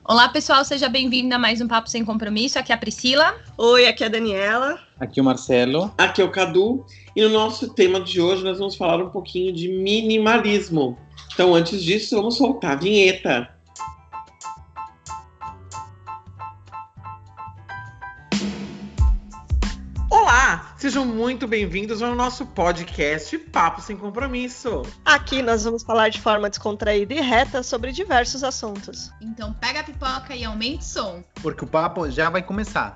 Olá, pessoal, seja bem-vindo a mais um Papo Sem Compromisso. Aqui é a Priscila. Oi, aqui é a Daniela. Aqui o Marcelo. Aqui é o Cadu. E no nosso tema de hoje nós vamos falar um pouquinho de minimalismo. Então, antes disso, vamos soltar a vinheta. Olá! Sejam muito bem-vindos ao nosso podcast Papo Sem Compromisso. Aqui nós vamos falar de forma descontraída e reta sobre diversos assuntos. Então pega a pipoca e aumente o som. Porque o papo já vai começar.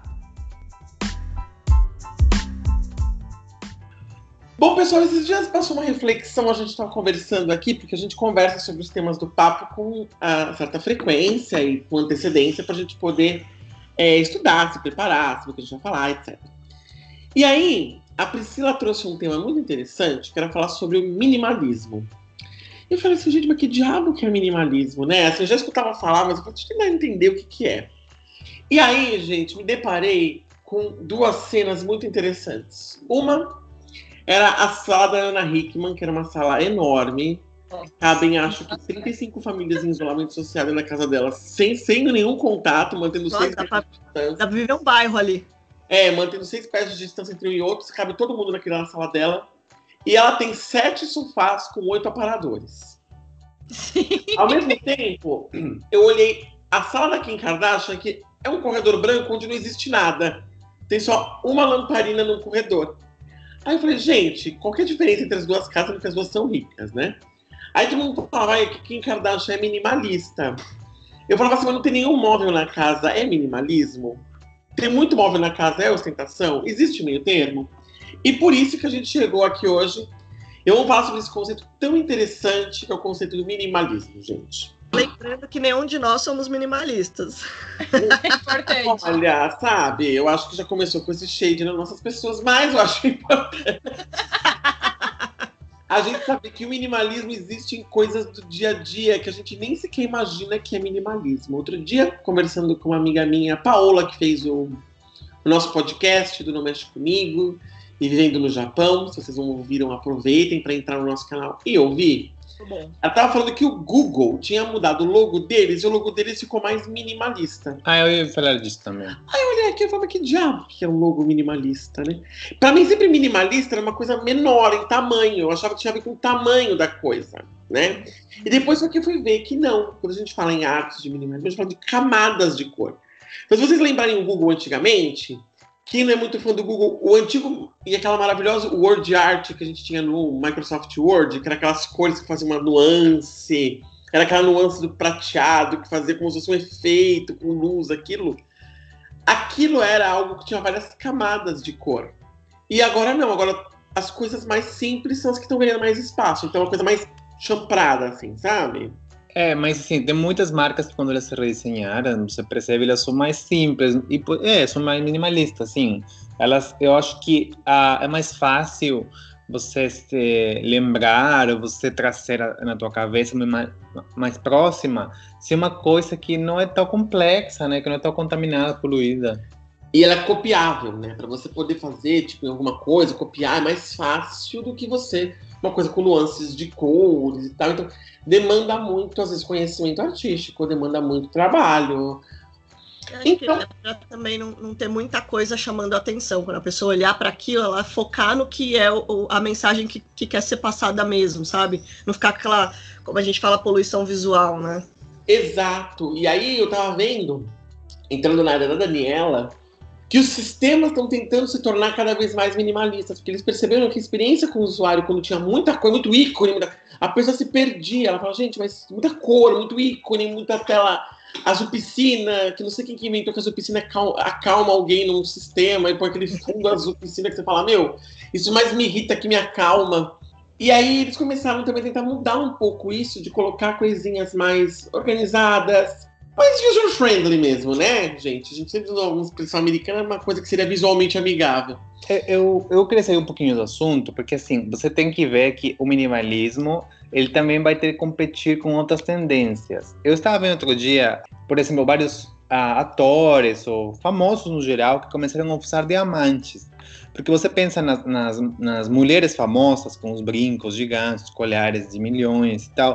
Bom, pessoal, esses dias passou uma reflexão, a gente estava conversando aqui, porque a gente conversa sobre os temas do papo com certa frequência e com antecedência para a gente poder estudar, se preparar, saber o que a gente vai falar, etc. E aí, a Priscila trouxe um tema muito interessante, que era falar sobre o minimalismo. E eu falei assim, gente, mas que diabo que é minimalismo, né? Assim, eu já escutava falar, mas eu falei, deixa eu tentar entender o que é. E aí, gente, me deparei com duas cenas muito interessantes. Uma era a sala da Ana Hickman, que era uma sala enorme. Cabem, acho que 35 famílias em isolamento social na casa dela, sem nenhum contato, mantendo 6 metros de distância. Dá pra viver um bairro ali. Mantendo 6 pés de distância entre um e outro, cabe todo mundo naquela sala dela. E ela tem 7 sofás com 8 aparadores. Sim. Ao mesmo tempo, eu olhei a sala da Kim Kardashian, que é um corredor branco onde não existe nada. Tem só uma lamparina no corredor. Aí eu falei, gente, qual que é a diferença entre as duas casas? Porque as duas são ricas, né? Aí todo mundo falava que Kim Kardashian é minimalista. Eu falava assim, mas não tem nenhum móvel na casa, é minimalismo? Tem muito móvel na casa, é ostentação? Existe meio termo? E por isso que a gente chegou aqui hoje. Eu vou falar sobre esse conceito tão interessante que é o conceito do minimalismo, gente. Lembrando que nenhum de nós somos minimalistas. É importante. Olha, sabe, eu acho que já começou com esse shade nas nossas pessoas, mas eu acho importante. A gente sabe que o minimalismo existe em coisas do dia a dia que a gente nem sequer imagina que é minimalismo. Outro dia, conversando com uma amiga minha, a Paola, que fez o nosso podcast do Não Mexe Comigo, e vivendo no Japão, se vocês não ouviram, aproveitem para entrar no nosso canal e ouvir. Bom. Ela estava falando que o Google tinha mudado o logo deles e o logo deles ficou mais minimalista. Eu ia falar disso também. Aí eu olhei aqui e falei, que diabo que é um logo minimalista, né? Pra mim, sempre minimalista era uma coisa menor em tamanho. Eu achava que tinha a ver com o tamanho da coisa, né? E depois só que eu fui ver que não. Quando a gente fala em artes de minimalismo, a gente fala de camadas de cor. Mas se vocês lembrarem o Google antigamente, quem não é muito fã do Google, o antigo e aquela maravilhosa Word Art que a gente tinha no Microsoft Word, que era aquelas cores que faziam uma nuance, era aquela nuance do prateado, que fazia como se fosse um efeito, com luz, aquilo era algo que tinha várias camadas de cor. E agora não, agora as coisas mais simples são as que estão ganhando mais espaço, então é uma coisa mais champrada, assim, sabe? Mas assim, tem muitas marcas que quando elas se redesenharam, você percebe, elas são mais simples e são mais minimalistas, assim. Eu acho que é mais fácil você se lembrar, ou você trazer na tua cabeça mais próxima, se uma coisa que não é tão complexa, né, que não é tão contaminada, poluída. E ela é copiável, né? Para você poder fazer, tipo, em alguma coisa, copiar é mais fácil do que uma coisa com nuances de cores e tal. Então, demanda muito, às vezes, conhecimento artístico, demanda muito trabalho. Então, também não ter muita coisa chamando a atenção. Quando a pessoa olhar para aquilo, ela focar no que é a mensagem que quer ser passada mesmo, sabe? Não ficar aquela, como a gente fala, poluição visual, né? Exato. E aí eu tava vendo, entrando na área da Daniela, que os sistemas estão tentando se tornar cada vez mais minimalistas, porque eles perceberam que a experiência com o usuário, quando tinha muita coisa, muito ícone, a pessoa se perdia. Ela fala, gente, mas muita cor, muito ícone, muita tela, azul piscina, que não sei quem que inventou que a azul piscina acalma alguém num sistema, e põe aquele fundo azul piscina que você fala, meu, isso mais me irrita que me acalma. E aí eles começaram também a tentar mudar um pouco isso, de colocar coisinhas mais organizadas, mais user-friendly mesmo, né, gente? A gente sempre usa uma expressão americana, uma coisa que seria visualmente amigável. Eu queria sair um pouquinho do assunto, porque assim, você tem que ver que o minimalismo, ele também vai ter que competir com outras tendências. Eu estava vendo outro dia, por exemplo, vários atores ou famosos no geral que começaram a usar diamantes. Porque você pensa nas mulheres famosas com os brincos gigantes, colhares de milhões e tal.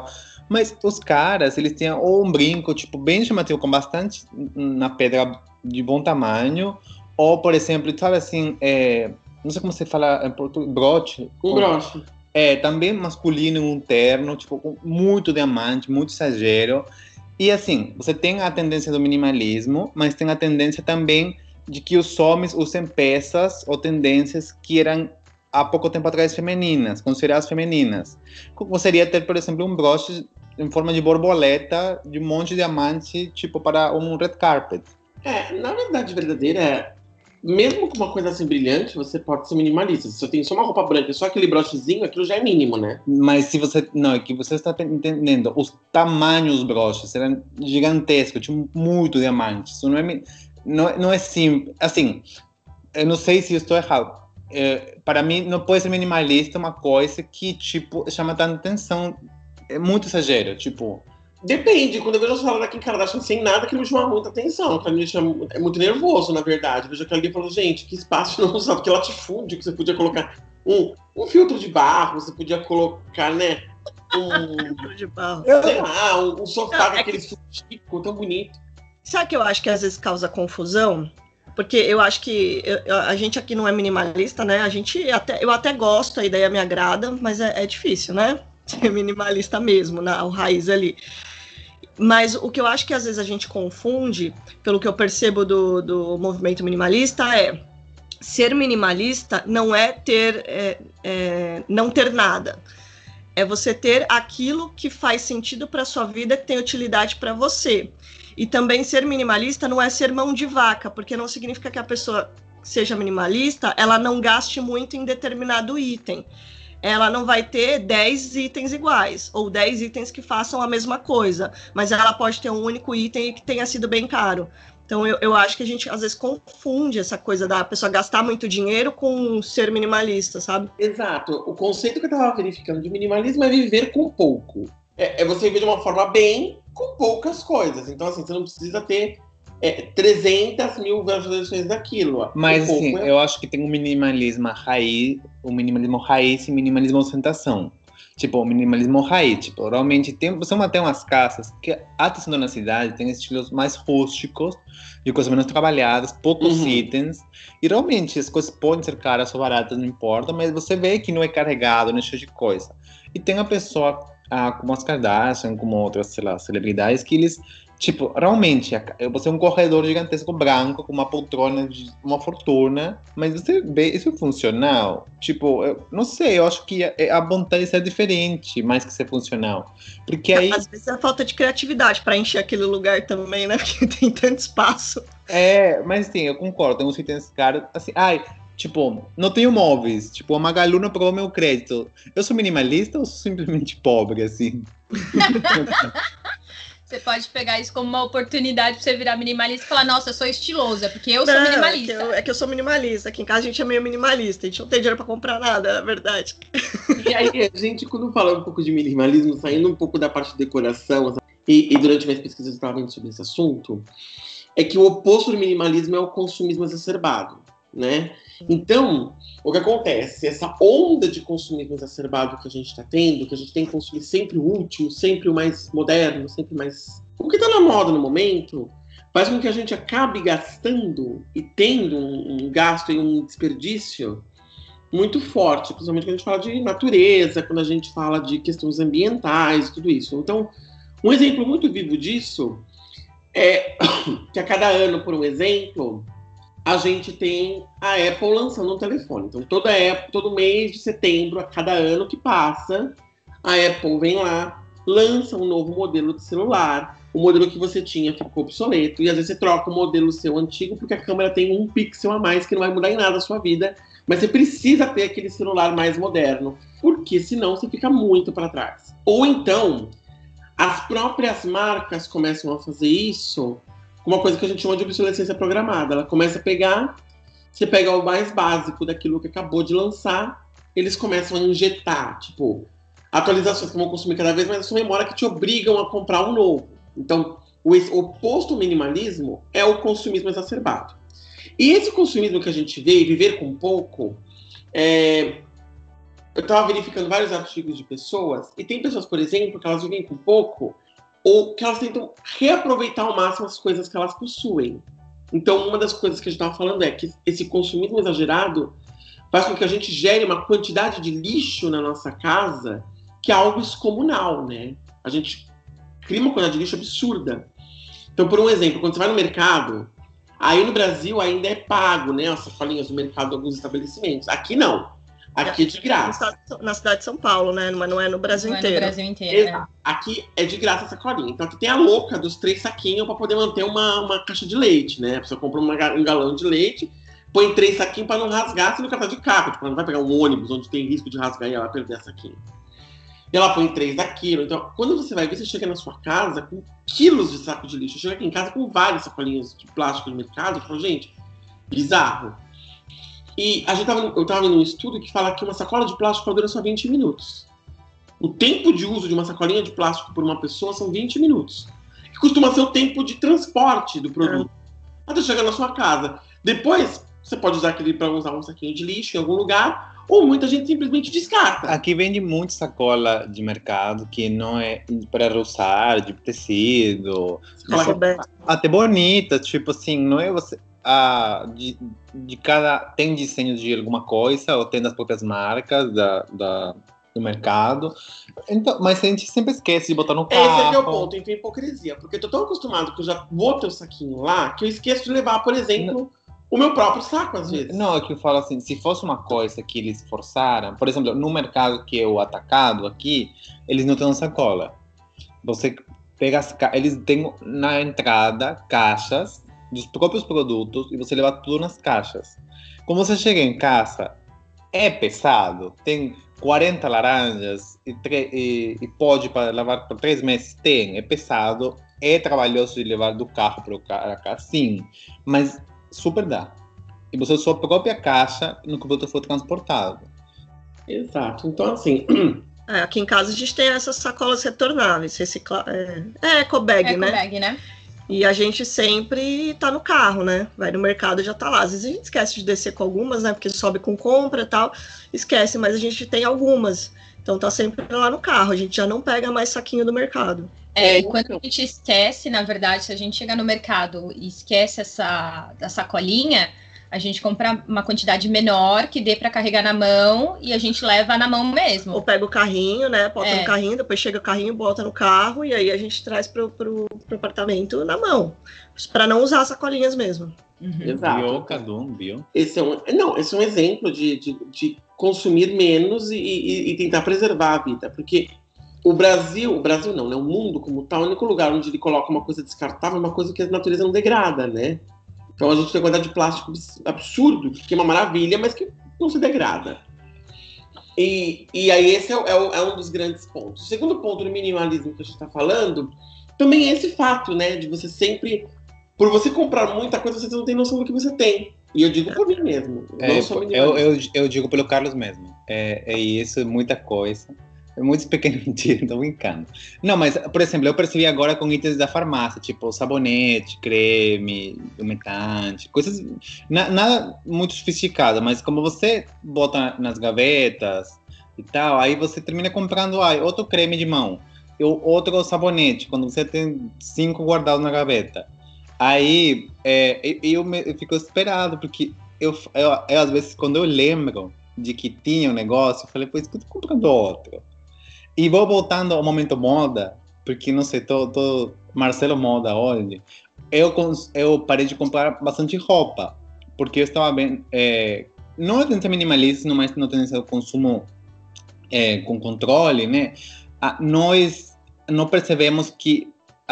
Mas os caras, eles tinham ou um brinco, tipo, bem chamativo, com bastante na pedra de bom tamanho, ou, por exemplo, sabe assim, não sei como você fala em português, broche. Um broche. Também masculino, um terno, tipo, com muito diamante, muito exagero. E assim, você tem a tendência do minimalismo, mas tem a tendência também de que os homens usem peças ou tendências que eram há pouco tempo atrás femininas, consideradas femininas. Como seria ter, por exemplo, um broche em forma de borboleta, de um monte de diamante, tipo para um red carpet. Na verdade verdadeira, mesmo com uma coisa assim brilhante, você pode ser minimalista. Se você tem só uma roupa branca e só aquele brochezinho, aquilo já é mínimo, né? Mas se você... Não, é que você está entendendo. Os tamanhos dos broches eram gigantescos, tinha muito diamante. Isso não é simples. Assim, eu não sei se eu estou errado. Para mim, não pode ser minimalista uma coisa que, tipo, chama tanta atenção. É muito exagero, tipo... Depende. Quando eu vejo a senhora da Kim Kardashian sem nada, que me chama muita atenção. Que me chama, é muito nervoso, na verdade. Eu vejo aquela ali e falo, gente, que espaço não usar, porque latifúndio, que você podia colocar um filtro de barro, você podia colocar, né, filtro de barro. Sei lá, um sofá com aquele chico tão bonito. Sabe que eu acho que às vezes causa confusão? Porque eu acho que a gente aqui não é minimalista, né? Eu até gosto, a ideia me agrada, mas é difícil, né? Ser minimalista mesmo, o raiz ali. Mas o que eu acho que às vezes a gente confunde, pelo que eu percebo do movimento minimalista, ser minimalista não é não ter nada. É você ter aquilo que faz sentido para sua vida, que tem utilidade para você. E também ser minimalista não é ser mão de vaca, porque não significa que a pessoa seja minimalista, ela não gaste muito em determinado item. Ela não vai ter 10 itens iguais, ou 10 itens que façam a mesma coisa, mas ela pode ter um único item que tenha sido bem caro. Então eu acho que a gente às vezes confunde essa coisa da pessoa gastar muito dinheiro com ser minimalista, sabe? Exato. O conceito que eu estava verificando de minimalismo é viver com pouco. É você viver de uma forma bem com poucas coisas. Então, assim, você não precisa ter 300 mil versões daquilo. Mas, assim, eu acho que tem um minimalismo raiz e um minimalismo ostentação. Tipo, o minimalismo raiz. Tipo, realmente, você tem umas casas que, até sendo na cidade, tem estilos mais rústicos, de coisas menos trabalhadas, poucos itens. E, realmente, as coisas podem ser caras ou baratas, não importa, mas você vê que não é carregado, não é cheio de coisa. E tem a pessoa... como as Kardashian, como outras, sei lá, celebridades, que eles, tipo, realmente, você é um corredor gigantesco branco, com uma poltrona de uma fortuna, mas você vê isso funcional. Tipo, eu não sei, eu acho que a vontade de ser diferente, mais que ser funcional. Porque aí... Às vezes é a falta de criatividade para encher aquele lugar também, né? Porque tem tanto espaço. Mas sim, eu concordo, tem uns itens caros, assim, tipo, não tenho móveis. Tipo, a Magalu não pagou meu crédito. Eu sou minimalista ou sou simplesmente pobre, assim? Você pode pegar isso como uma oportunidade pra você virar minimalista e falar, nossa, eu sou estilosa, porque eu sou minimalista. É que eu sou minimalista. Aqui em casa a gente é meio minimalista. A gente não tem dinheiro pra comprar nada, na verdade. E aí, a gente, quando fala um pouco de minimalismo, saindo um pouco da parte de decoração, e durante minhas pesquisas eu estava vendo sobre esse assunto, é que o oposto do minimalismo é o consumismo exacerbado, né? Então, o que acontece? Essa onda de consumismo exacerbado que a gente está tendo, que a gente tem que consumir sempre o último, sempre o mais moderno, sempre mais... O que está na moda no momento, faz com que a gente acabe gastando e tendo um gasto e um desperdício muito forte, principalmente quando a gente fala de natureza, quando a gente fala de questões ambientais, tudo isso. Então, um exemplo muito vivo disso é que a cada ano, por um exemplo... a gente tem a Apple lançando um telefone. Então, todo mês de setembro, a cada ano que passa, a Apple vem lá, lança um novo modelo de celular. O modelo que você tinha ficou obsoleto. E às vezes você troca o modelo seu antigo porque a câmera tem um pixel a mais que não vai mudar em nada a sua vida. Mas você precisa ter aquele celular mais moderno, porque senão você fica muito para trás. Ou então, as próprias marcas começam a fazer isso... uma coisa que a gente chama de obsolescência programada. Ela começa a pegar, você pega o mais básico daquilo que acabou de lançar, eles começam a injetar, tipo, atualizações que vão consumir cada vez mais a sua memória, que te obrigam a comprar um novo. Então, o oposto ao minimalismo é o consumismo exacerbado. E esse consumismo que a gente vê, viver com pouco, eu estava verificando vários artigos de pessoas, e tem pessoas, por exemplo, que elas vivem com pouco, ou que elas tentam reaproveitar ao máximo as coisas que elas possuem. Então, uma das coisas que a gente estava falando é que esse consumismo exagerado faz com que a gente gere uma quantidade de lixo na nossa casa que é algo descomunal, né? A gente cria uma quantidade de lixo absurda. Então, por um exemplo, quando você vai no mercado, aí no Brasil ainda é pago, né? As sacolinhas do mercado de alguns estabelecimentos. Aqui não. Aqui é de graça. Na cidade de São Paulo, né? Mas não é no Brasil Não inteiro. É no Brasil inteiro. Exato. Aqui é de graça a sacolinha. Então aqui tem a louca dos 3 saquinhos para poder manter uma caixa de leite, né? A pessoa compra um galão de leite, põe 3 saquinhos para não rasgar, se não tá de carro. Tipo, ela não vai pegar um ônibus onde tem risco de rasgar e ela perder a saquinho. E ela põe 3 daquilo. Então, quando você vai ver, você chega na sua casa com quilos de saco de lixo. Eu chego aqui em casa com várias sacolinhas de plástico no mercado. Eu falo, gente, bizarro. E eu tava vendo um estudo que fala que uma sacola de plástico dura só 20 minutos. O tempo de uso de uma sacolinha de plástico por uma pessoa são 20 minutos. Que costuma ser o tempo de transporte do produto. Até chegar na sua casa. Depois, você pode usar aquele para usar um saquinho de lixo em algum lugar, ou muita gente simplesmente descarta. Aqui vende muito sacola de mercado que não é para usar, de tecido. Até bonita, tipo assim, não é você... de cada tem desenho de alguma coisa ou tem das próprias marcas do mercado, então, mas a gente sempre esquece de botar no carro. Esse aqui é o ponto, então hipocrisia, porque eu tô tão acostumado que eu já vou ter o saquinho lá que eu esqueço de levar, por exemplo, o meu próprio saco às vezes. Não, é que eu falo assim, se fosse uma coisa que eles forçaram, por exemplo, no mercado que é o atacado aqui, eles não têm sacola. Você pega eles têm na entrada caixas dos próprios produtos e você leva tudo nas caixas. Quando você chega em casa, é pesado, tem 40 laranjas e pode para levar por 3 meses, é pesado, é trabalhoso de levar do carro para cá, sim, mas super dá. E você sua própria caixa no que o produto for transportado. Exato, então assim... aqui em casa a gente tem essas sacolas retornáveis, ecobag, né? Ecobag, né? E a gente sempre tá no carro, né? Vai no mercado e já tá lá. Às vezes a gente esquece de descer com algumas, né? Porque sobe com compra e tal, esquece, mas a gente tem algumas. Então tá sempre lá no carro, a gente já não pega mais saquinho do mercado. E quando a gente esquece, na verdade, se a gente chegar no mercado e esquece da sacolinha, a gente compra uma quantidade menor que dê para carregar na mão e a gente leva na mão mesmo. Ou pega o carrinho, né? Bota no carrinho, depois chega o carrinho, bota no carro e aí a gente traz pro apartamento na mão. Para não usar sacolinhas mesmo. Uhum. Exato. Bio. Esse é um exemplo de consumir menos e tentar preservar a vida. Porque o Brasil não, né? O mundo como tal, o único lugar onde ele coloca uma coisa descartável é uma coisa que a natureza não degrada, né? Então a gente tem uma quantidade de plástico absurdo, que é uma maravilha, mas que não se degrada. E aí esse é um dos grandes pontos. O segundo ponto do minimalismo que a gente está falando, também é esse fato, né? De você sempre... Por você comprar muita coisa, você não tem noção do que você tem. E eu digo por mim mesmo. Eu digo pelo Carlos mesmo. É isso, muita coisa. É muito pequeno, mentira, tô brincando. Não, mas, por exemplo, eu percebi agora com itens da farmácia, tipo sabonete, creme, umedante, coisas, nada muito sofisticado, mas como você bota nas gavetas e tal, aí você termina comprando outro creme de mão, outro sabonete, quando você tem 5 guardados na gaveta. Aí eu fico esperado, porque eu às vezes, quando eu lembro de que tinha um negócio, eu falei, pois que eu tô comprando outro. E vou voltando ao momento moda, porque, não sei, tô Marcelo Moda hoje. Eu parei de comprar bastante roupa, porque eu estava bem... não é tendência minimalista, mas não tendência ao consumo com controle, né? Nós não percebemos que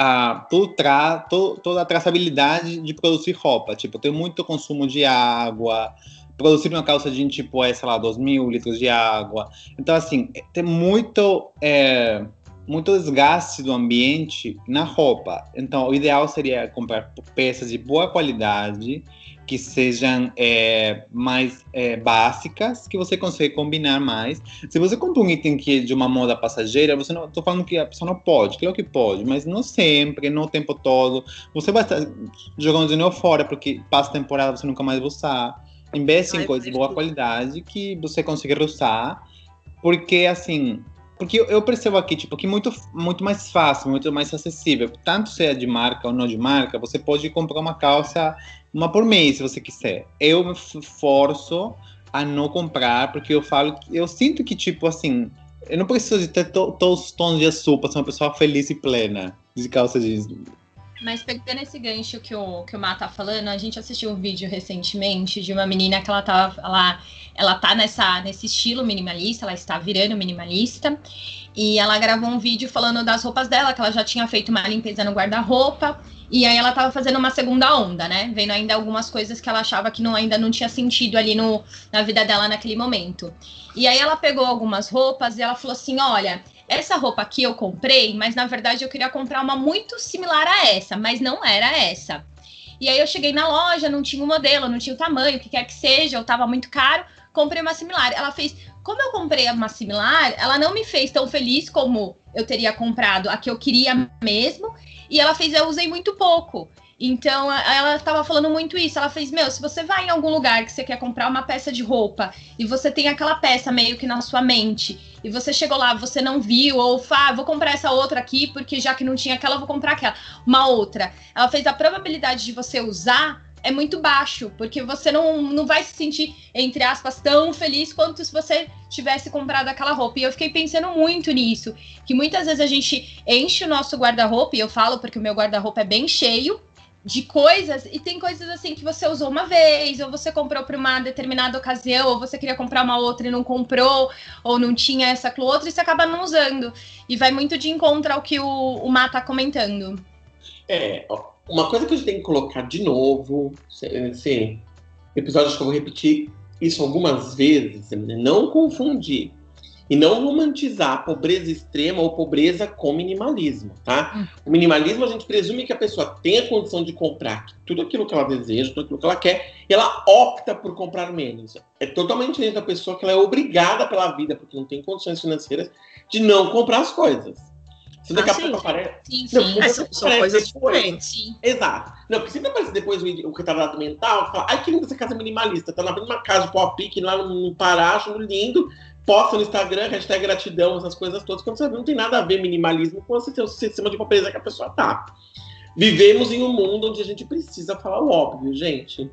toda a traçabilidade de produzir roupa. Tipo, tem muito consumo de água... Produzir uma calça jeans, tipo, sei lá, 2.000 litros de água. Então, assim, tem muito desgaste do ambiente na roupa. Então, o ideal seria comprar peças de boa qualidade, que sejam mais básicas, que você consegue combinar mais. Se você compra um item que é de uma moda passageira, você não... Estou falando que a pessoa não pode, claro que pode, mas não sempre, não o tempo todo. Você vai estar jogando dinheiro fora, porque passa temporada, você nunca mais vai usar. Investe em coisas de boa qualidade que você conseguir usar Porque, assim, porque eu percebo aqui, tipo, que muito mais fácil, muito mais acessível. Tanto seja de marca ou não de marca, você pode comprar uma calça uma por mês, se você quiser. Eu me forço a não comprar, porque eu sinto que, tipo, assim, eu não preciso de ter todos os tons de açúcar, sou uma pessoa feliz e plena de calça jeans. Mas pegando esse gancho que o Má tá falando, a gente assistiu um vídeo recentemente de uma menina que ela tá nesse estilo minimalista, ela está virando minimalista, e ela gravou um vídeo falando das roupas dela, que ela já tinha feito uma limpeza no guarda-roupa, e aí ela tava fazendo uma segunda onda, né? Vendo ainda algumas coisas que ela achava que ainda não tinha sentido ali na vida dela naquele momento. E aí ela pegou algumas roupas e ela falou assim, olha, essa roupa aqui eu comprei, mas na verdade eu queria comprar uma muito similar a essa, mas não era essa. E aí eu cheguei na loja, não tinha o modelo, não tinha o tamanho, o que quer que seja, eu tava muito caro, comprei uma similar. Ela fez, como eu comprei uma similar, ela não me fez tão feliz como eu teria comprado a que eu queria mesmo, e ela fez, eu usei muito pouco. Então, ela estava falando muito isso. Ela fez, se você vai em algum lugar que você quer comprar uma peça de roupa e você tem aquela peça meio que na sua mente e você chegou lá, você não viu, ou vou comprar essa outra aqui porque já que não tinha aquela, eu vou comprar aquela. Uma outra. Ela fez a probabilidade de você usar é muito baixo, porque você não vai se sentir, entre aspas, tão feliz quanto se você tivesse comprado aquela roupa. E eu fiquei pensando muito nisso, que muitas vezes a gente enche o nosso guarda-roupa, e eu falo porque o meu guarda-roupa é bem cheio, de coisas, e tem coisas assim que você usou uma vez, ou você comprou para uma determinada ocasião, ou você queria comprar uma outra e não comprou, ou não tinha essa com outra, e você acaba não usando. E vai muito de encontro ao que o Má tá comentando. Uma coisa que a gente tem que colocar de novo, esse episódio, acho que eu vou repetir isso algumas vezes, não confundir e não romantizar a pobreza extrema ou pobreza com minimalismo, tá? O minimalismo, a gente presume que a pessoa tem a condição de comprar tudo aquilo que ela deseja, tudo aquilo que ela quer, e ela opta por comprar menos. É totalmente diferente da pessoa que ela é obrigada pela vida, porque não tem condições financeiras, de não comprar as coisas. Se daqui a pouco aparece... Sim. São coisas diferentes. Exato. Não, porque sempre aparece depois o retardado mental, que fala, ai, que linda essa casa minimalista, tá na frente de uma casa de pau a pique lá no Pará, achando lindo, posta no Instagram, hashtag gratidão, essas coisas todas, quando você vê, não tem nada a ver minimalismo com o sistema de pobreza que a pessoa tá. Vivemos em um mundo onde a gente precisa falar o óbvio, gente.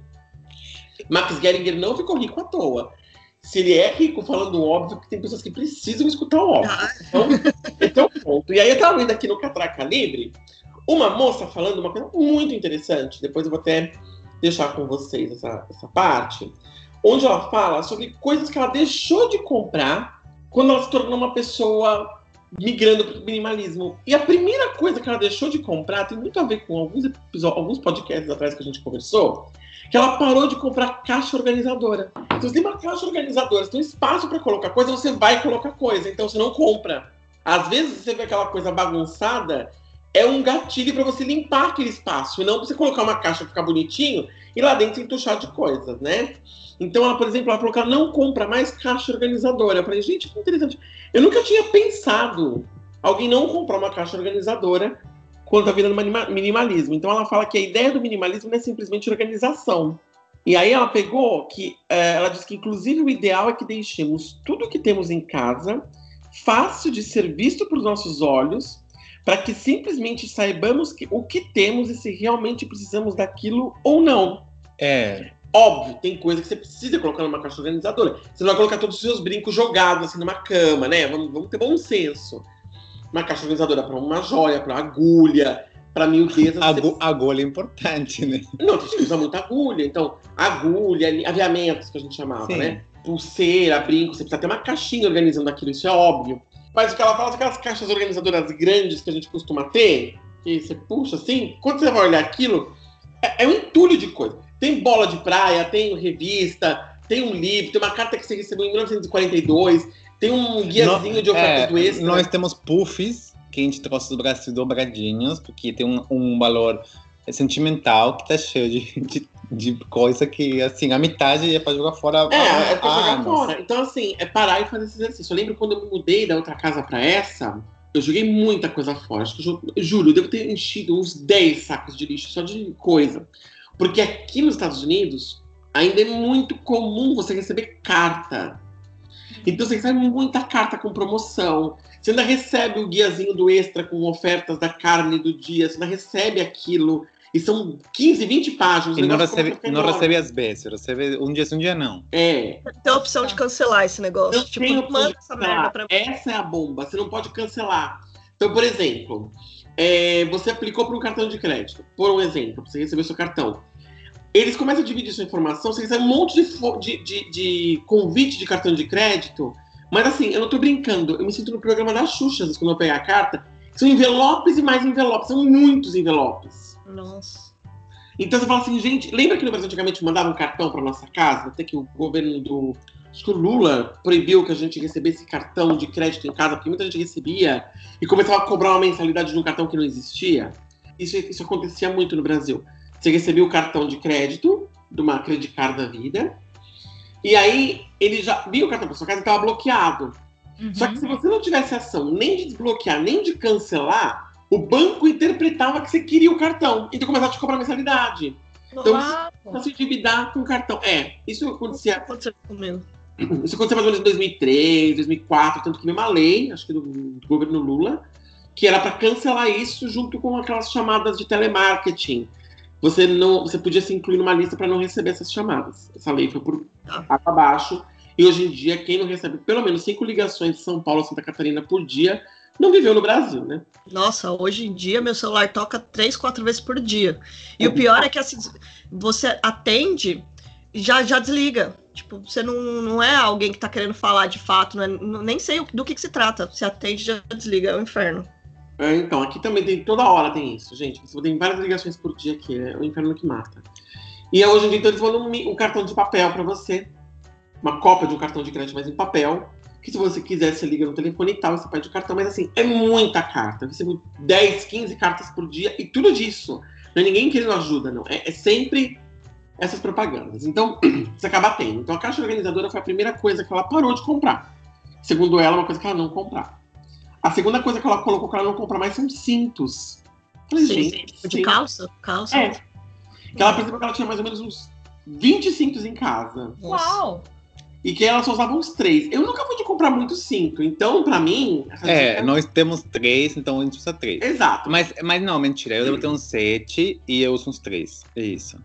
Max Geringer não ficou rico à toa. Se ele é rico falando o óbvio, porque tem pessoas que precisam escutar o óbvio. Então, ponto. E aí eu tava vendo aqui no Catraca Livre uma moça falando uma coisa muito interessante, depois eu vou até deixar com vocês essa parte, onde ela fala sobre coisas que ela deixou de comprar quando ela se tornou uma pessoa migrando para o minimalismo. E a primeira coisa que ela deixou de comprar tem muito a ver com alguns podcasts atrás que a gente conversou, que ela parou de comprar caixa organizadora. Então, você tem uma caixa organizadora, você tem espaço para colocar coisa, você vai colocar coisa, então você não compra. Às vezes você vê aquela coisa bagunçada, é um gatilho para você limpar aquele espaço, e não para você colocar uma caixa para ficar bonitinho e lá dentro se entuchar de coisas, né? Então, ela, por exemplo, ela falou que ela não compra mais caixa organizadora. Eu falei, gente, que interessante. Eu nunca tinha pensado alguém não comprar uma caixa organizadora quando tá virando minimalismo. Então, ela fala que a ideia do minimalismo não é simplesmente organização. E aí ela pegou que, ela diz que, inclusive, o ideal é que deixemos tudo que temos em casa fácil de ser visto por nossos olhos, para que simplesmente saibamos o que temos e se realmente precisamos daquilo ou não. Óbvio, tem coisa que você precisa colocar numa caixa organizadora. Você não vai colocar todos os seus brincos jogados assim numa cama, né? Vamos ter bom senso. Uma caixa organizadora para uma joia, para agulha, para miudeza. Agulha é importante, né? Não, a gente usa muita agulha. Então, agulha, aviamentos que a gente chamava, né? Pulseira, brinco. Você precisa ter uma caixinha organizando aquilo, isso é óbvio. Mas o que ela fala, aquelas caixas organizadoras grandes que a gente costuma ter, que você puxa assim, quando você vai olhar aquilo, é um entulho de coisa. Tem bola de praia, tem revista, tem um livro, tem uma carta que você recebeu em 1942, tem um guiazinho de ofertas do Extra. Nós temos puffs que a gente trouxe do Brasil dobradinhos, porque tem um valor sentimental que tá cheio de coisa que, assim, a metade é pra jogar fora. É pra jogar fora. Então, assim, é parar e fazer esse exercício. Eu lembro quando eu me mudei da outra casa pra essa, eu joguei muita coisa fora. Acho que eu juro, eu devo ter enchido uns 10 sacos de lixo só de coisa. Porque aqui nos Estados Unidos ainda é muito comum você receber carta. Então você recebe muita carta com promoção. Você ainda recebe o guiazinho do Extra com ofertas da carne do dia. Você ainda recebe aquilo. E são 15, 20 páginas. E não recebe às vezes. Recebe um dia não. Tem a opção de cancelar esse negócio. Manda essa merda pra mim. Essa é a bomba. Você não pode cancelar. Então, por exemplo, você aplicou para um cartão de crédito. Por um exemplo, você recebeu seu cartão. Eles começam a dividir sua informação, você recebe um monte de convite de cartão de crédito, mas assim, eu não tô brincando, eu me sinto no programa da Xuxa, quando eu pegar a carta, são envelopes e mais envelopes, são muitos envelopes. Nossa. Então você fala assim, gente, lembra que no Brasil antigamente mandava um cartão para nossa casa, até que o governo acho que o Lula proibiu que a gente recebesse cartão de crédito em casa, porque muita gente recebia e começava a cobrar uma mensalidade de um cartão que não existia. Isso acontecia muito no Brasil. Você recebia o cartão de crédito, de uma Credit Card da vida, e aí ele já via o cartão para sua casa e estava bloqueado. Uhum. Só que se você não tivesse ação nem de desbloquear, nem de cancelar, o banco interpretava que você queria o cartão. Então começava a te cobrar mensalidade. Então você se endividar com o cartão. Isso acontecia comigo. Isso aconteceu mais ou menos em 2003, 2004, tanto que veio uma lei, acho que do governo Lula, que era para cancelar isso junto com aquelas chamadas de telemarketing. Você podia se incluir numa lista para não receber essas chamadas. Essa lei foi por água abaixo. E hoje em dia, quem não recebe pelo menos 5 ligações de São Paulo a Santa Catarina por dia, não viveu no Brasil, né? Nossa, hoje em dia meu celular toca 3, 4 vezes por dia. E o pior é que assim, você atende e já desliga. Tipo, você não é alguém que tá querendo falar de fato, nem sei do que se trata. Você atende e já desliga, é um inferno. Então, aqui também toda hora tem isso, gente. Você tem várias ligações por dia aqui, é o inferno que mata. E hoje em dia, então, eles mandam um cartão de papel para você, uma cópia de um cartão de crédito, mas em papel, que se você quiser, você liga no telefone e tal, você pede o cartão, mas assim, é muita carta. Eu recebo 10, 15 cartas por dia, e tudo disso. Não é ninguém querendo ajuda, não. É sempre essas propagandas. Então, você acaba tendo. Então, a Caixa Organizadora foi a primeira coisa que ela parou de comprar. Segundo ela, uma coisa que ela não comprava. A segunda coisa que ela colocou que ela não compra mais são cintos. Falei, gente, de calça? Que ela percebeu que ela tinha mais ou menos uns 20 cintos em casa. Uau! E que ela só usava uns 3. Eu nunca pude comprar muito cinto. Então, pra mim... nós temos 3, então a gente usa 3. Exato. Mas não, mentira. Eu devo ter uns 7 e eu uso uns 3. É isso.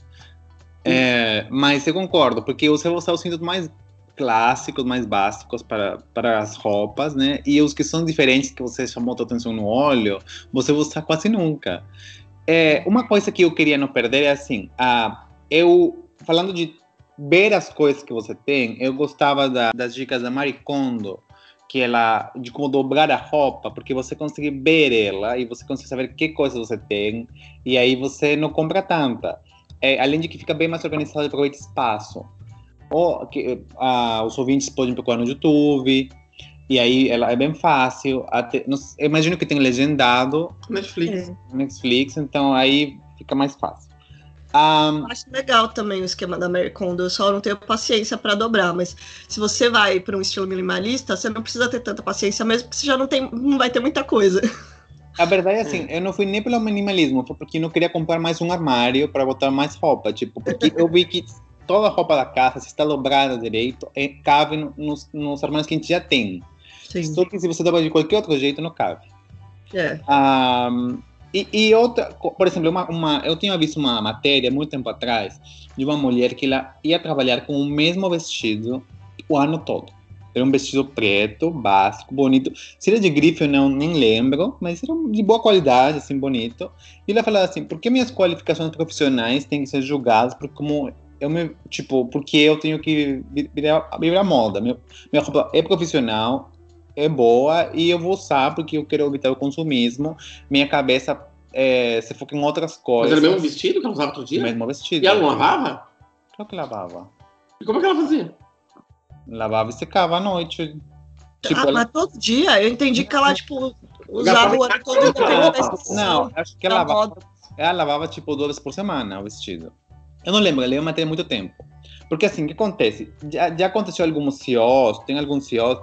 Mas eu concordo, porque você vai usar os cintos mais clássicos, mais básicos para as roupas, né? E os que são diferentes, que você chamou a atenção no olho, você usa quase nunca. Uma coisa que eu queria não perder é assim, eu, falando de ver as coisas que você tem, eu gostava das dicas da Marie Kondo, de como dobrar a roupa, porque você consegue ver ela e você consegue saber que coisas você tem, e aí você não compra tanta. Além de que fica bem mais organizado e aproveita espaço. Os ouvintes podem procurar no YouTube, e aí ela é bem fácil. Eu imagino que tem legendado Netflix, então aí fica mais fácil. Eu acho legal também o esquema da Marie Kondo, eu só não tenho paciência para dobrar, mas se você vai para um estilo minimalista, você não precisa ter tanta paciência mesmo, porque você já não vai ter muita coisa. A verdade é assim, eu não fui nem pelo minimalismo, foi porque eu não queria comprar mais um armário para botar mais roupa, porque eu vi que toda a roupa da casa, se está dobrada direito, cabe nos armários que a gente já tem. Sim. Só que se você dobra de qualquer outro jeito, não cabe. E outra, por exemplo, eu tinha visto uma matéria muito tempo atrás de uma mulher que ela ia trabalhar com o mesmo vestido o ano todo. Era um vestido preto, básico, bonito. Se era de grife, eu nem lembro, mas era de boa qualidade, assim, bonito. E ela falava assim, por que minhas qualificações profissionais têm que ser julgadas porque eu tenho que virar moda. Minha roupa é profissional, é boa, e eu vou usar porque eu quero evitar o consumismo. Minha cabeça se foca em outras coisas. Mas era o mesmo vestido que ela usava outro dia? O mesmo vestido. E ela não lavava? Claro que lavava. E como é que ela fazia? Lavava e secava à noite. Mas todo dia? Eu entendi que ela, usava o ano todo independente da estação. Não, acho que ela lavava, 2 vezes por semana o vestido. Eu não lembro, eu leio a matéria há muito tempo. Porque assim, o que acontece? Já aconteceu alguns CEOs, tem alguns CEOs,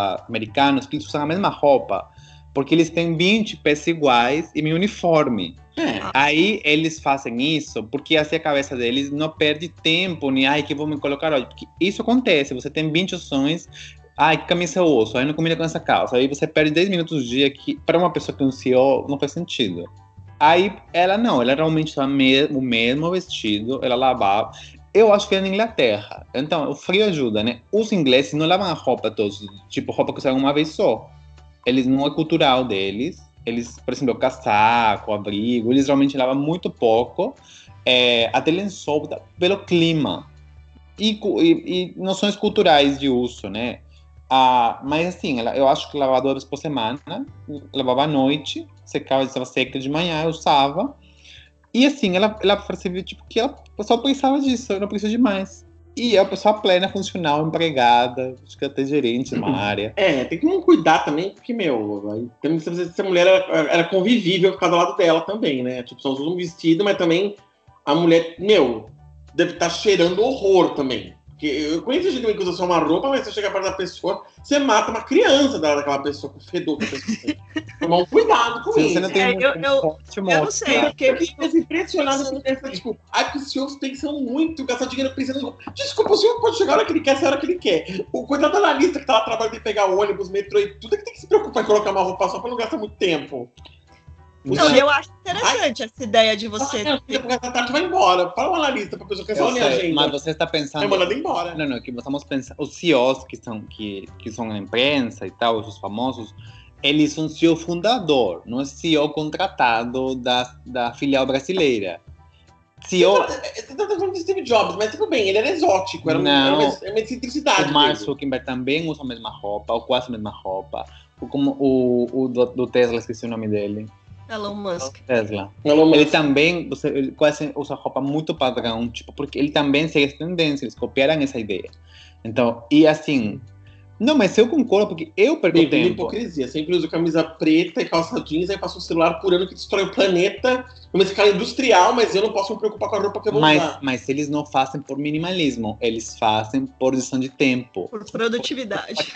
americanos, que eles usam a mesma roupa, porque eles têm 20 peças iguais e meio uniforme. Aí eles fazem isso porque assim a cabeça deles não perde tempo, nem ai, que vou me colocar hoje. Porque isso acontece, você tem 20 opções, ai, que camisa eu uso, aí não combina com essa calça. Aí você perde 10 minutos do dia que, para uma pessoa que anunciou, não faz sentido. Aí ela realmente usava o mesmo vestido, ela lavava. Eu acho que é na Inglaterra, então o frio ajuda, né? Os ingleses não lavam a roupa todos, tipo roupa que usam uma vez só. Eles não é cultural deles. Eles, por exemplo, casaco, abrigo, eles realmente lavam muito pouco, até lençol, pelo clima. E noções culturais de uso, né? Mas assim, eu acho que lavava 2 vezes por semana, lavava à noite, secava, estava seca de manhã, eu usava. E assim, ela percebeu tipo, que ela só precisava disso, eu não preciso de mais. E é uma pessoa plena, funcional, empregada, acho que até gerente de uma área. Tem que cuidar também, porque, essa mulher era convivível ficar do lado dela também, né? Tipo, só usa um vestido, mas também a mulher, deve estar cheirando horror também. Porque eu conheço gente que usa só uma roupa, mas você chega perto da pessoa, você mata uma criança daquela pessoa, com o fedor que a pessoa tem. Tomar um cuidado com isso. Eu não sei, porque eu fico impressionado com essa desculpa. Ai, que os senhores pensam muito, gastar dinheiro pensando em... Desculpa, o senhor pode chegar a hora que ele quer, a hora que ele quer. O coitado da analista que tá lá trabalhando de pegar ônibus, metrô e tudo, é que tem que se preocupar em colocar uma roupa só pra não gastar muito tempo. Então, eu acho interessante essa ideia de você... Porque essa tarde vai embora. Fala uma analista pra pessoa que só minha agenda. Mas você está pensando... É mandado embora. Não, que nós estamos pensando... Os CEOs que são na imprensa e tal, os famosos, eles são CEO fundador, não é CEO contratado da filial brasileira. CEO... Você tá falando de Steve Jobs, mas tudo bem, ele era exótico, era uma excentricidade. O Mark Zuckerberg também usa a mesma roupa, ou quase a mesma roupa. Como o do Tesla, esqueci o nome dele. Elon Musk. Tesla. Ele também ele quase usa roupa muito padrão, tipo, porque ele também segue essa tendência, eles copiaram essa ideia. Então, e assim... Não, mas eu concordo, porque eu perco tempo. Tem hipocrisia. Sempre uso camisa preta e calça jeans, aí passo um celular por ano que destrói o planeta. Uma escala industrial, mas eu não posso me preocupar com a roupa que eu vou usar. Mas eles não fazem por minimalismo, eles fazem por gestão de tempo. Por produtividade.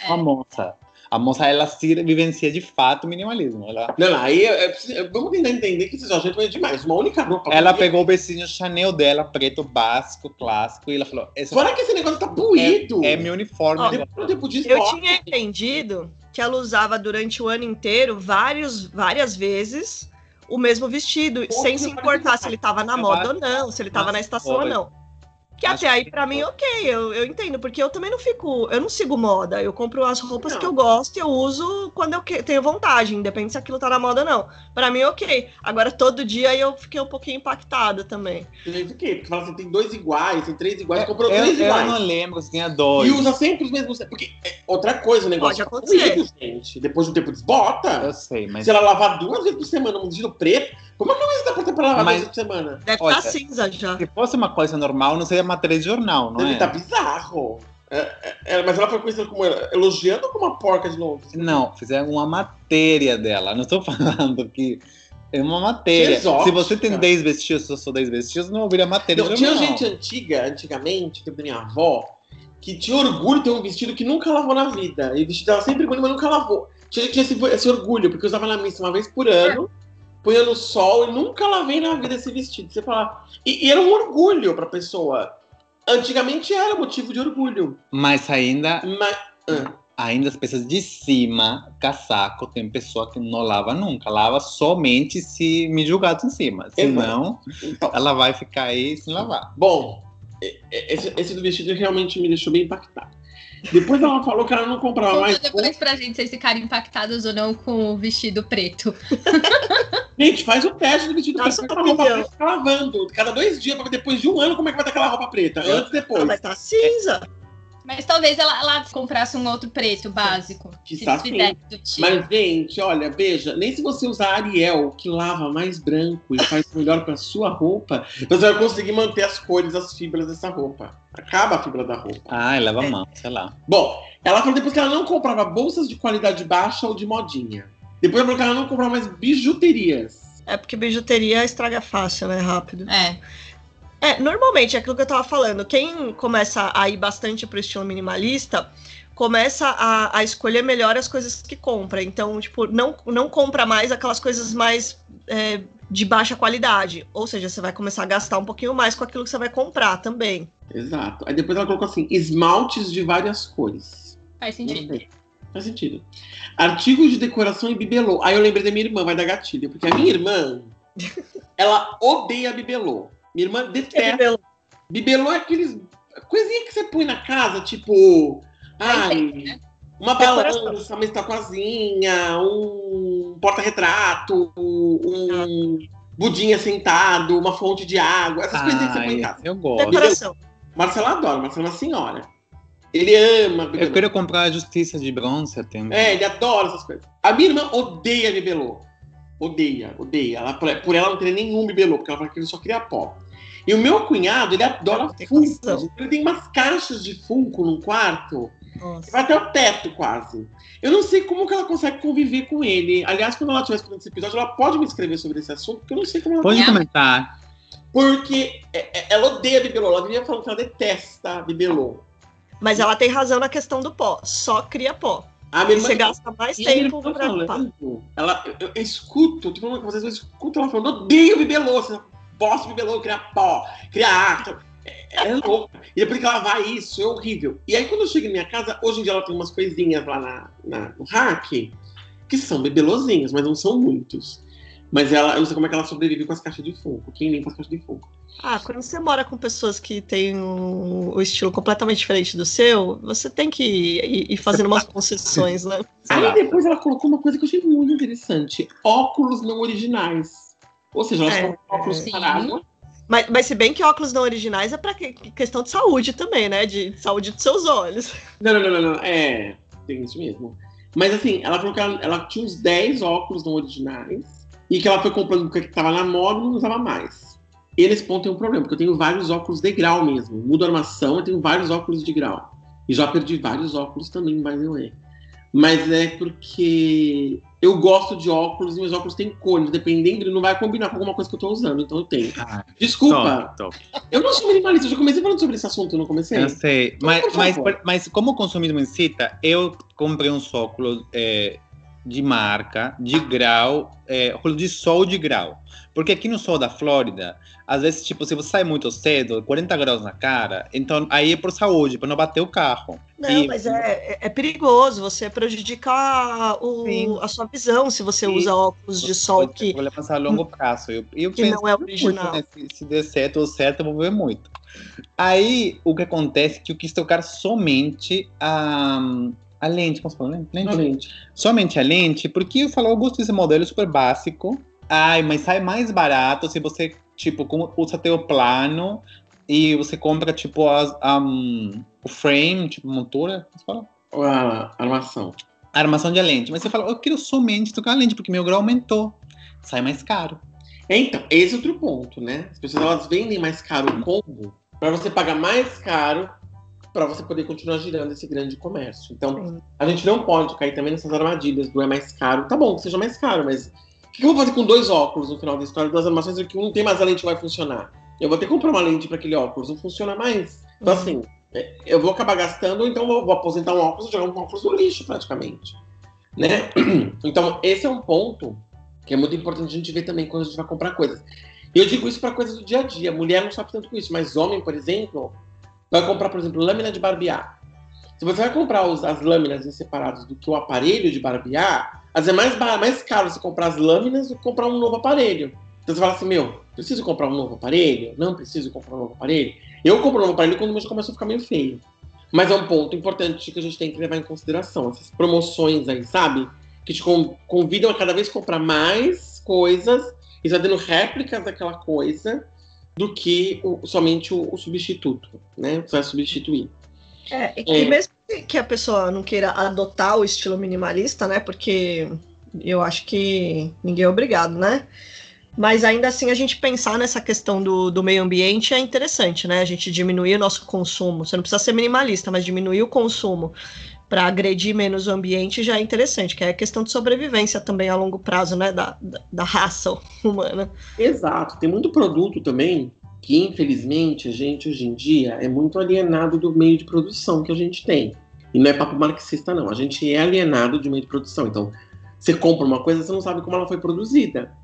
A moça, ela se vivencia de fato o minimalismo. Não, aí vamos tentar entender que esses agentes vão demais. Uma única roupa. Ela pegou o vestido Chanel dela, preto, básico, clássico, e ela falou... Fora que esse negócio tá buído. É meu uniforme. Eu tinha entendido que ela usava durante o ano inteiro várias vezes o mesmo vestido, sem se importar se ele tava na moda ou não, se ele tava na estação ou não. Que até aí, pra mim, ok, eu entendo, porque eu também eu não sigo moda, eu compro as roupas que eu gosto e eu uso quando eu tenho vontade, independente se aquilo tá na moda ou não. Pra mim, ok. Agora, todo dia, eu fiquei um pouquinho impactada também. Por quê? Porque fala assim, tem 2 iguais, tem 3 iguais, comprou 3 iguais. Eu não lembro se tinha 2. E usa sempre os mesmos, porque outra coisa, o negócio pode acontecer. Gente. Depois de um tempo desbota. Eu sei, mas... Se ela lavar 2 vezes por semana um vestido preto, como é que não dá pra lavar 2 vezes por semana? Deve estar cinza já. Se fosse uma coisa normal, não seria matéria de jornal, não Deve estar bizarro. Mas ela foi conhecida como elogiando ou como uma porca de novo? Não, fizeram uma matéria dela. Não estou falando que... É uma matéria. Se você tem 10 vestidos, se eu sou 10 vestidos, não ouviria matéria de jornal. Tinha gente antigamente, tempo da minha avó, que tinha orgulho de ter um vestido que nunca lavou na vida. E o vestido dela sempre bonito, mas nunca lavou. Tinha esse orgulho, porque eu usava na missa uma vez por ano, punha no sol e nunca lavei na vida esse vestido. Você fala... E era um orgulho pra pessoa. Antigamente era motivo de orgulho. Mas ainda as peças de cima, casaco, tem pessoa que não lava nunca. Lava somente se me julgado em cima. Senão, ela vai ficar aí sem lavar. Bom, esse do vestido realmente me deixou bem impactado. Depois ela falou que ela não comprava mais. Depois pra gente vocês ficarem impactados ou não com o vestido preto. Gente, faz o teste do vestido preto. Aquela roupa preta fica lavando. Cada 2 dias, pra depois de um ano, como é que vai estar aquela roupa preta? Antes e depois. Mas tá cinza. Mas talvez ela comprasse um outro preto básico. Que está assim. Mas, gente, olha, veja, nem se você usar Ariel, que lava mais branco e faz melhor pra sua roupa, você vai conseguir manter as cores, as fibras dessa roupa. Acaba a fibra da roupa. Lava a mão, sei lá. Bom, ela falou depois que ela não comprava bolsas de qualidade baixa ou de modinha. Depois ela falou que ela não comprava mais bijuterias. É porque bijuteria estraga fácil, né? Rápido. Normalmente, é aquilo que eu tava falando, quem começa a ir bastante pro estilo minimalista, começa a escolher melhor as coisas que compra. Então, tipo, não compra mais aquelas coisas mais de baixa qualidade. Ou seja, você vai começar a gastar um pouquinho mais com aquilo que você vai comprar também. Exato. Aí depois ela colocou assim, esmaltes de várias cores. Faz sentido. Faz sentido. Artigos de decoração e bibelô. Aí eu lembrei da minha irmã, vai dar gatilho. Porque a minha irmã, ela odeia bibelô. Minha irmã detesta. Bibelô. Bibelô é aqueles coisinha que você põe na casa, tipo... uma balança, uma estaquazinha, um porta-retrato, um budinha sentado, uma fonte de água. Essas coisinhas que você põe em casa. Eu gosto. Decoração. Marcelo adora, Marcelo é uma senhora. Ele ama bibelô. Eu quero comprar a Justiça de Bronze até. Ele adora essas coisas. A minha irmã odeia bibelô. Odeia. Por ela não ter nenhum bibelô, porque ela fala que ele só cria pó. E o meu cunhado, ele adora Funko. Ele tem umas caixas de Funko no quarto. Nossa. Vai até o teto, quase. Eu não sei como que ela consegue conviver com ele. Aliás, quando ela estiver escutando esse episódio, ela pode me escrever sobre esse assunto, porque eu não sei como ela... Pode comentar. Porque ela odeia bibelô. Ela vivia falando que ela detesta bibelô. Mas ela tem razão na questão do pó. Só cria pó. Você gasta mais tempo pra limpar. Eu escuto, tô falando com vocês, eu escuto ela falando, odeio bibelô. Você posso bibelô, criar pó, criar arte. É louca. E depois que ela vai isso, é horrível. E aí quando eu chego em minha casa, hoje em dia ela tem umas coisinhas lá no rack, que são bibelozinhos, mas não são muitos. Mas eu não sei como é que ela sobrevive com as caixas de Funko. Quem limpa as caixas de Funko? Quando você mora com pessoas que têm o estilo completamente diferente do seu, você tem que ir fazendo umas concessões, né? Aí depois ela colocou uma coisa que eu achei muito interessante. Óculos não originais. Ou seja, elas colocam óculos parados. Mas se bem que óculos não originais é pra questão de saúde também, né? De saúde dos seus olhos. Não. Tem isso mesmo. Mas assim, ela falou que ela tinha uns 10 óculos não originais e que ela foi comprando porque tava na moda e não usava mais. E nesse ponto tem um problema, porque eu tenho vários óculos de grau mesmo. Mudo a armação, eu tenho vários óculos de grau. E já perdi vários óculos também, by the way. Mas é porque eu gosto de óculos e meus óculos têm cores. Dependendo, ele não vai combinar com alguma coisa que eu tô usando. Então eu tenho. Desculpa. Top. Eu não sou minimalista. Eu já comecei falando sobre esse assunto, não comecei? Eu sei. Mas como consumismo incita, eu comprei uns óculos de marca, de grau, óculos de sol de grau. Porque aqui no sol da Flórida, às vezes, tipo, se você sai muito cedo, 40 graus na cara, então aí é por saúde, para não bater o carro. Não, mas é perigoso, você prejudica a sua visão se você usa óculos de sol que... Vou passar a longo prazo. Eu que penso não é original. Muito, né? Se der certo ou certo, eu vou ver muito. Aí, o que acontece é que eu quis tocar somente a lente, como você fala? Lente. Somente a lente, porque eu falo, eu gosto desse modelo super básico. Mas sai mais barato se você, tipo, usa teu plano e você compra, tipo, o frame, tipo, montura, como você fala? A armação. A armação de lente. Mas você fala, eu quero somente tocar a lente, porque meu grau aumentou. Sai mais caro. Então, esse é outro ponto, né? As pessoas, elas vendem mais caro o combo para você pagar mais caro para você poder continuar girando esse grande comércio. Então, a gente não pode cair também nessas armadilhas do é mais caro. Tá bom que seja mais caro, mas o que eu vou fazer com 2 óculos no final da história, 2 armações, que um tem mais a lente que vai funcionar? Eu vou ter que comprar uma lente para aquele óculos, não funciona mais. Então, assim, eu vou acabar gastando, ou então vou aposentar um óculos e jogar um óculos no lixo, praticamente. Né? Então, esse é um ponto que é muito importante a gente ver também quando a gente vai comprar coisas. E eu digo isso para coisas do dia a dia. Mulher não sofre tanto com isso, mas homem, por exemplo, vai comprar, por exemplo, lâmina de barbear. Se você vai comprar as lâminas em separados do que o aparelho de barbear, às vezes é mais caro você comprar as lâminas do que comprar um novo aparelho. Então você fala assim, preciso comprar um novo aparelho? Não preciso comprar um novo aparelho? Eu compro um novo aparelho quando o meu já começou a ficar meio feio. Mas é um ponto importante que a gente tem que levar em consideração. Essas promoções aí, sabe? Que te convidam a cada vez comprar mais coisas e já dando réplicas daquela coisa do que somente o substituto, né? Você vai substituir. E mesmo que a pessoa não queira adotar o estilo minimalista, né? Porque eu acho que ninguém é obrigado, né? Mas ainda assim a gente pensar nessa questão do meio ambiente é interessante, né? A gente diminuir o nosso consumo. Você não precisa ser minimalista, mas diminuir o consumo para agredir menos o ambiente já é interessante, que é a questão de sobrevivência também a longo prazo, né? Da raça humana. Exato. Tem muito produto também que, infelizmente, a gente hoje em dia é muito alienado do meio de produção que a gente tem. E não é papo marxista, não. A gente é alienado de meio de produção. Então, você compra uma coisa, você não sabe como ela foi produzida.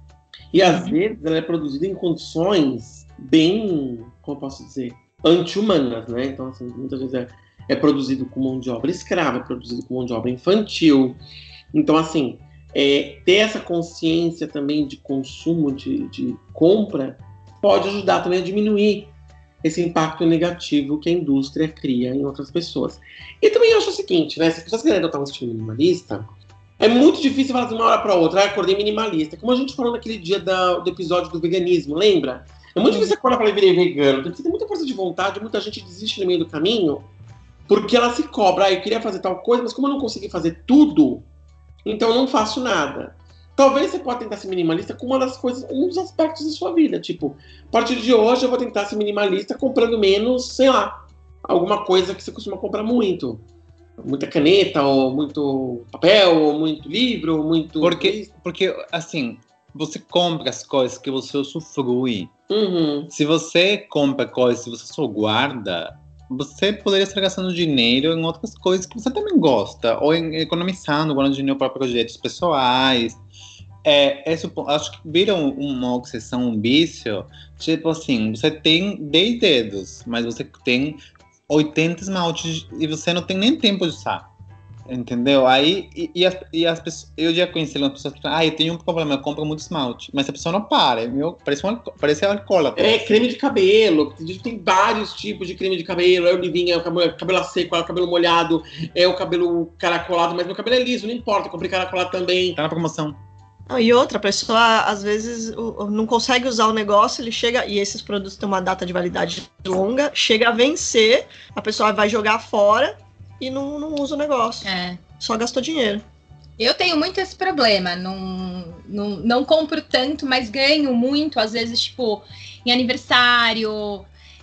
E às vezes ela é produzida em condições bem, como eu posso dizer, anti-humanas, né? Então, assim, muitas vezes é produzido com mão de obra escrava, é produzido com mão de obra infantil. Então, assim, ter essa consciência também de consumo, de compra, pode ajudar também a diminuir esse impacto negativo que a indústria cria em outras pessoas. E também eu acho o seguinte, né? Se as pessoas querem adotar um estilo minimalista, é muito difícil falar de uma hora para outra, acordei minimalista. Como a gente falou naquele dia do episódio do veganismo, lembra? É muito difícil acordar e falar, virei vegano. Tem que ter muita força de vontade, muita gente desiste no meio do caminho, porque ela se cobra. Eu queria fazer tal coisa, mas como eu não consegui fazer tudo, então eu não faço nada. Talvez você possa tentar ser minimalista com uma das coisas, um dos aspectos da sua vida. Tipo, a partir de hoje eu vou tentar ser minimalista comprando menos, sei lá, alguma coisa que você costuma comprar muito. Muita caneta, ou muito papel, ou muito livro, ou muito... Porque assim, você compra as coisas que você usufrui. Uhum. Se você compra coisas que você só guarda, você poderia estar gastando dinheiro em outras coisas que você também gosta, ou economizando, guardando dinheiro para projetos pessoais. Acho que vira uma obsessão, um vício. Tipo assim, você tem 10 dedos, mas você tem 80 esmaltes e você não tem nem tempo de usar. Entendeu? Aí, as pessoas, eu já conheci algumas pessoas que falam, eu tenho um problema, eu compro muito esmalte. Mas a pessoa não para, parece alcoólatra. Creme de cabelo, tem vários tipos de creme de cabelo, é olivinha, é o cabelo seco, é o cabelo molhado, é o cabelo caracolado, mas meu cabelo é liso, não importa, eu comprei caracolado também. Tá na promoção. E outra, a pessoa, às vezes, não consegue usar o negócio, ele chega, e esses produtos têm uma data de validade longa, chega a vencer, a pessoa vai jogar fora e não usa o negócio. Só gastou dinheiro. Eu tenho muito esse problema, não compro tanto, mas ganho muito, às vezes, tipo, em aniversário,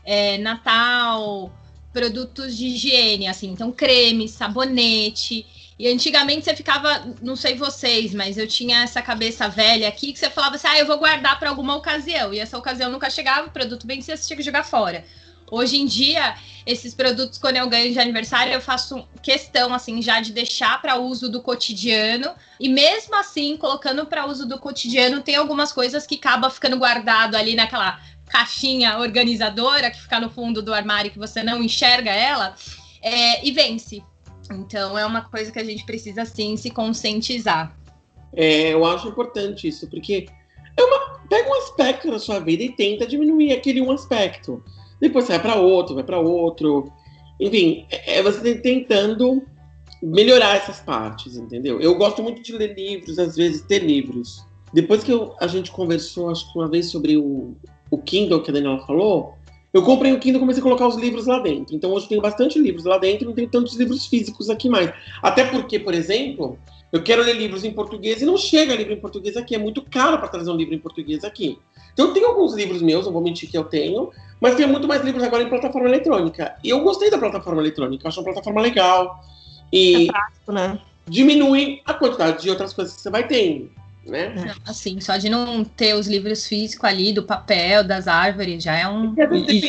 Natal, produtos de higiene, assim, então creme, sabonete. E antigamente você ficava, não sei vocês, mas eu tinha essa cabeça velha aqui que você falava assim, eu vou guardar para alguma ocasião. E essa ocasião nunca chegava, o produto vencia, você tinha que jogar fora. Hoje em dia, esses produtos, quando eu ganho de aniversário, eu faço questão, assim, já de deixar para uso do cotidiano. E mesmo assim, colocando para uso do cotidiano, tem algumas coisas que acabam ficando guardado ali naquela caixinha organizadora que fica no fundo do armário, que você não enxerga ela, e vence. Então, é uma coisa que a gente precisa, sim, se conscientizar. Eu acho importante isso, porque pega um aspecto da sua vida e tenta diminuir aquele um aspecto. Depois você vai para outro. Enfim, você tentando melhorar essas partes, entendeu? Eu gosto muito de ler livros, às vezes ter livros. Depois que a gente conversou, acho que uma vez, sobre o Kindle, que a Daniela falou, eu comprei o Kindle e comecei a colocar os livros lá dentro. Então hoje eu tenho bastante livros lá dentro, não tenho tantos livros físicos aqui mais. Até porque, por exemplo, eu quero ler livros em português e não chega livro em português aqui. É muito caro para trazer um livro em português aqui. Então eu tenho alguns livros meus, não vou mentir que eu tenho, mas tenho muito mais livros agora em plataforma eletrônica. E eu gostei da plataforma eletrônica, acho uma plataforma legal. E prático, né? Diminui a quantidade de outras coisas que você vai tendo, né? Assim, só de não ter os livros físicos ali, do papel, das árvores, já é um...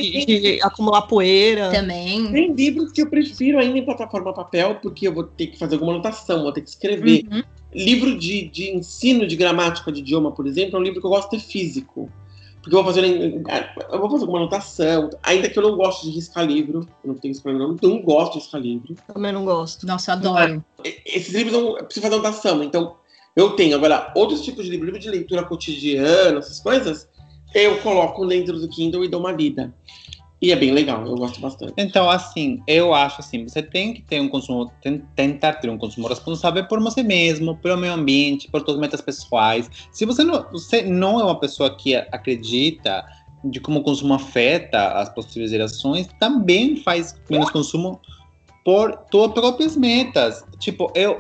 E acumular poeira. Também. Tem livros que eu prefiro ainda em plataforma papel, porque eu vou ter que fazer alguma anotação, vou ter que escrever. Uhum. Livro de ensino de gramática de idioma, por exemplo, é um livro que eu gosto de ter físico. Porque eu vou fazer alguma anotação, ainda que eu não goste de riscar livro. Eu não tenho esse problema, não gosto de riscar livro. Também não gosto. Nossa, eu adoro. Esses livros eu preciso fazer anotação, então eu tenho. Agora, outros tipos de livro de leitura cotidiana, essas coisas, eu coloco dentro do Kindle e dou uma lida. E é bem legal, eu gosto bastante. Então, assim, eu acho assim, você tem que ter um consumo, tentar ter um consumo responsável por você mesmo, pelo meio ambiente, por suas metas pessoais. Se você não é uma pessoa que acredita de como o consumo afeta as possíveis gerações, também faz menos consumo por tuas próprias metas. Tipo, eu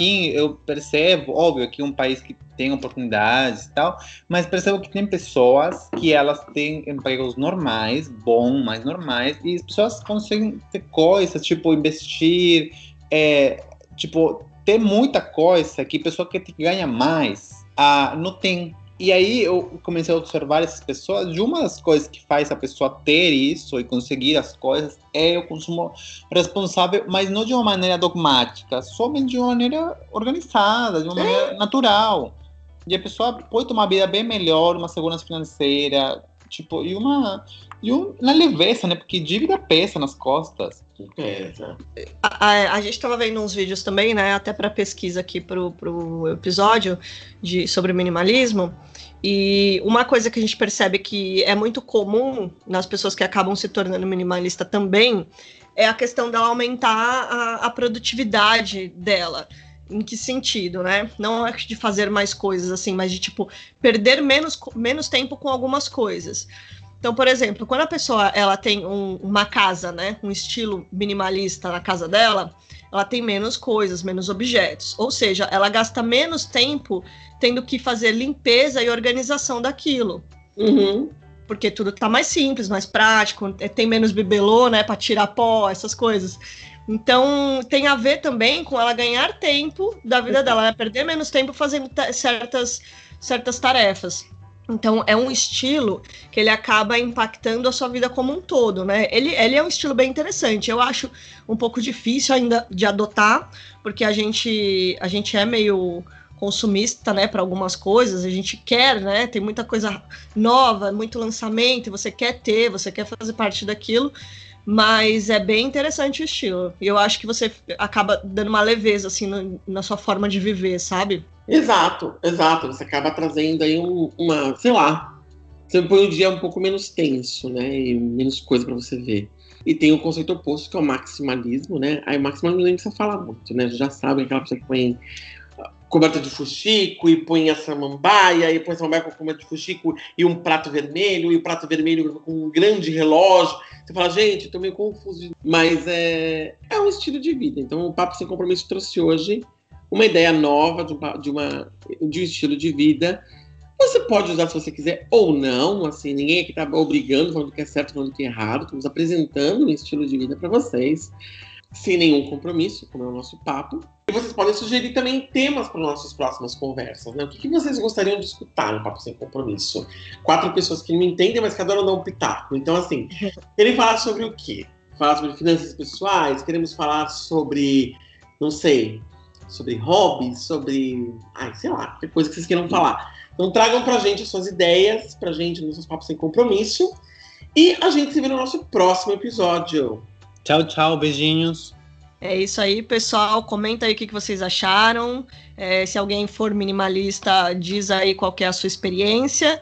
percebo, óbvio, que é um país que tem oportunidades e tal, mas percebo que tem pessoas que elas têm empregos normais, mais normais, e as pessoas conseguem ter coisas, tipo, investir, tipo, ter muita coisa que a pessoa que ganha mais não tem. E aí eu comecei a observar essas pessoas, de uma das coisas que faz a pessoa ter isso e conseguir as coisas é o consumo responsável, mas não de uma maneira dogmática, somente de uma maneira organizada, de uma maneira natural. E a pessoa pode ter uma vida bem melhor, uma segurança financeira, tipo, na leveza, né? Porque dívida pesa nas costas. Pesa. A gente estava vendo uns vídeos também, né? Até para pesquisa aqui pro episódio sobre minimalismo. E uma coisa que a gente percebe que é muito comum nas pessoas que acabam se tornando minimalista também é a questão dela aumentar a produtividade dela. Em que sentido, né? Não é de fazer mais coisas assim, mas de, tipo, perder menos tempo com algumas coisas. Então, por exemplo, quando a pessoa ela tem uma casa, né? Um estilo minimalista na casa dela, ela tem menos coisas, menos objetos. Ou seja, ela gasta menos tempo tendo que fazer limpeza e organização daquilo. Uhum. Porque tudo tá mais simples, mais prático, tem menos bibelô, né? Para tirar pó, essas coisas. Então, tem a ver também com ela ganhar tempo da vida dela, ela perder menos tempo fazendo certas tarefas. Então, é um estilo que ele acaba impactando a sua vida como um todo, né? Ele é um estilo bem interessante. Eu acho um pouco difícil ainda de adotar, porque a gente é meio consumista, né, para algumas coisas, a gente quer, né, tem muita coisa nova, muito lançamento, você quer fazer parte daquilo, mas é bem interessante o estilo. E eu acho que você acaba dando uma leveza, assim, na sua forma de viver, sabe? Exato. Você acaba trazendo aí sei lá, você põe o dia um pouco menos tenso, né? E menos coisa para você ver. E tem o conceito oposto, que é o maximalismo, né? Aí o maximalismo nem precisa falar muito, né? Já sabe aquela pessoa que põe coberta de fuxico e põe a samambaia, e põe a samambaia com coberta de fuxico e um prato vermelho, e o prato vermelho com um grande relógio. Você fala, gente, eu tô meio confuso. Mas é um estilo de vida. Então o Papo Sem Compromisso trouxe hoje uma ideia nova de um estilo de vida. Você pode usar se você quiser ou não, assim, ninguém aqui tá obrigando, falando que é certo, falando que é errado. Estamos apresentando um estilo de vida para vocês, sem nenhum compromisso, como é o nosso papo. E vocês podem sugerir também temas para nossas próximas conversas, né? O que vocês gostariam de escutar no Papo Sem Compromisso? 4 pessoas que não entendem, mas que adoram dar um pitaco. Então, assim, querem falar sobre o quê? Falar sobre finanças pessoais? Queremos falar sobre, não sei, sobre hobbies, sobre, sei lá, qualquer coisa que vocês queiram falar. Então tragam pra gente as suas ideias, pra gente nos seus Papos Sem Compromisso. E a gente se vê no nosso próximo episódio. Tchau, tchau, beijinhos. É isso aí, pessoal. Comenta aí o que vocês acharam. Se alguém for minimalista, diz aí qual que é a sua experiência.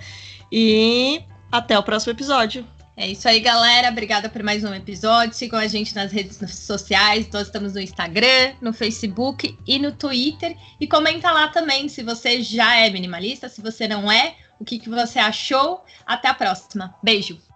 E até o próximo episódio. É isso aí, galera. Obrigada por mais um episódio. Sigam a gente nas redes sociais. Nós estamos no Instagram, no Facebook e no Twitter. E comenta lá também se você já é minimalista, se você não é, o que você achou. Até a próxima. Beijo!